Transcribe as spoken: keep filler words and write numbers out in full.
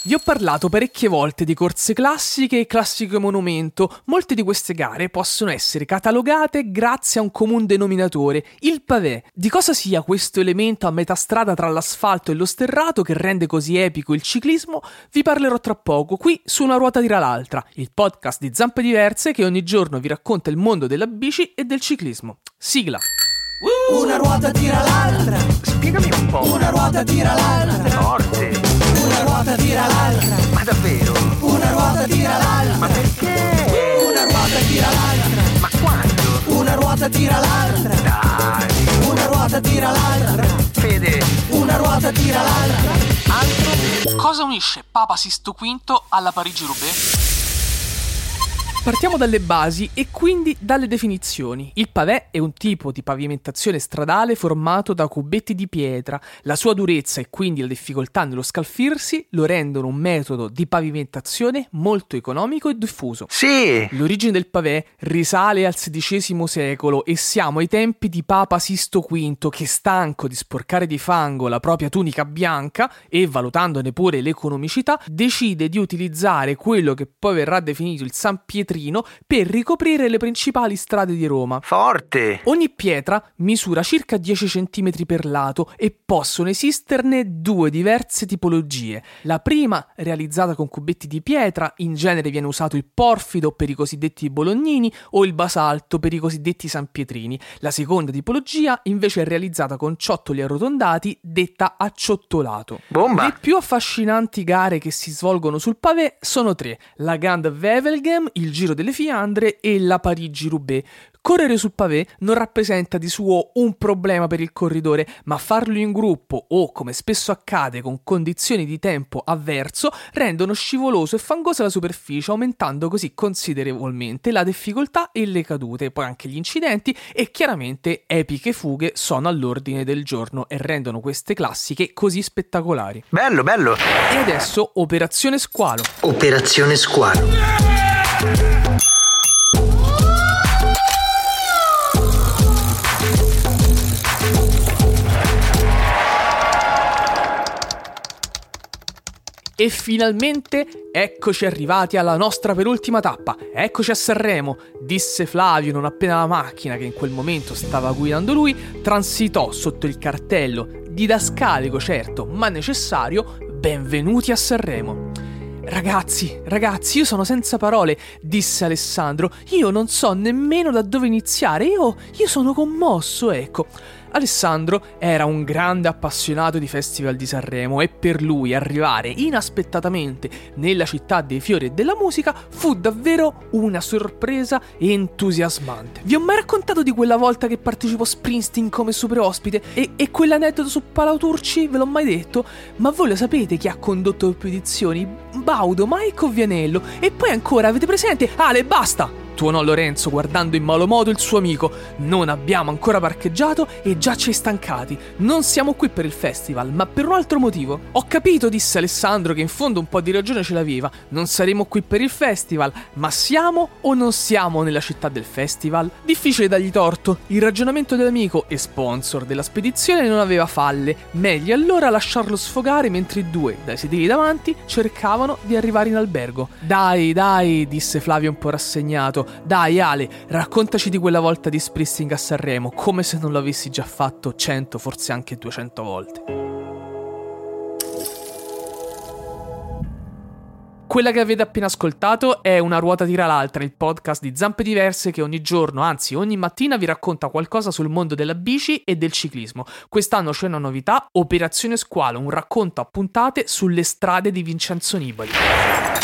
Vi ho parlato parecchie volte di corse classiche e classico monumento. Molte di queste gare possono essere catalogate grazie a un comune denominatore, il pavé. Di cosa sia questo elemento a metà strada tra l'asfalto e lo sterrato che rende così epico il ciclismo, vi parlerò tra poco, qui su Una ruota tira l'altra, il podcast di Zampe Diverse che ogni giorno vi racconta il mondo della bici e del ciclismo. Sigla. Una ruota tira l'altra. Spiegami un po'. Una ruota tira l'altra. Forte. Una ruota tira l'altra. Ma davvero? Una ruota tira l'altra. Ma perché? Una ruota tira l'altra. Ma quando? Una ruota tira l'altra. Dai. Una ruota tira l'altra. Fede. Una ruota tira l'altra. Altro? Cosa unisce Papa Sisto V alla Parigi-Roubaix? Partiamo dalle basi e quindi dalle definizioni. Il pavé è un tipo di pavimentazione stradale formato da cubetti di pietra. La sua durezza e quindi la difficoltà nello scalfirsi lo rendono un metodo di pavimentazione molto economico e diffuso. Sì. L'origine del pavé risale al sedicesimo secolo e siamo ai tempi di Papa Sisto V che, stanco di sporcare di fango la propria tunica bianca e valutandone pure l'economicità, decide di utilizzare quello che poi verrà definito il San Pietrino per ricoprire le principali strade di Roma. Forte. Ogni pietra misura circa dieci centimetri per lato e possono esisterne due diverse tipologie. La prima, realizzata con cubetti di pietra, in genere viene usato il porfido per i cosiddetti bolognini o il basalto per i cosiddetti sanpietrini. La seconda tipologia invece è realizzata con ciottoli arrotondati, detta acciottolato. Bomba. Le più affascinanti gare che si svolgono sul pavé sono tre: la Gand Wevelgem, il Giro delle Fiandre e la Parigi-Roubaix. Correre sul pavé non rappresenta di suo un problema per il corridore, ma farlo in gruppo o, come spesso accade, con condizioni di tempo avverso, rendono scivoloso e fangosa la superficie, aumentando così considerevolmente la difficoltà e le cadute, poi anche gli incidenti e chiaramente epiche fughe sono all'ordine del giorno e rendono queste classiche così spettacolari. Bello, bello. E adesso Operazione Squalo. Operazione Squalo. E finalmente eccoci arrivati alla nostra penultima tappa. Eccoci a Sanremo, disse Flavio non appena la macchina, che in quel momento stava guidando lui, transitò sotto il cartello, didascalico certo, ma necessario: benvenuti a Sanremo. Ragazzi, ragazzi, io sono senza parole, disse Alessandro. Io non so nemmeno da dove iniziare, io, io sono commosso, ecco. Alessandro era un grande appassionato di Festival di Sanremo e per lui arrivare inaspettatamente nella città dei fiori e della musica fu davvero una sorpresa entusiasmante. Vi ho mai raccontato di quella volta che partecipò Springsteen come super ospite e, e quell'aneddoto su Paolo Turci? Ve l'ho mai detto? Ma voi lo sapete chi ha condotto le più edizioni? Baudo, Mike o Vianello? E poi ancora, avete presente? Ale, basta! Tuonò Lorenzo guardando in malo modo il suo amico. Non abbiamo ancora parcheggiato e già ci hai stancati. Non siamo qui per il festival, ma per un altro motivo. Ho capito, disse Alessandro, che in fondo un po' di ragione ce l'aveva. Non saremo qui per il festival, ma siamo o non siamo nella città del festival? Difficile dargli torto. Il ragionamento dell'amico e sponsor della spedizione non aveva falle. Meglio allora lasciarlo sfogare mentre i due, dai sedili davanti, cercavano di arrivare in albergo. Dai, dai, disse Flavio un po' rassegnato. Dai Ale, raccontaci di quella volta di Springsteen a Sanremo, come se non l'avessi già fatto cento, forse anche duecento volte. Quella che avete appena ascoltato è Una ruota tira l'altra, il podcast di Zampe Diverse che ogni giorno, anzi ogni mattina vi racconta qualcosa sul mondo della bici e del ciclismo. Quest'anno c'è una novità: Operazione Squalo, un racconto a puntate sulle strade di Vincenzo Nibali.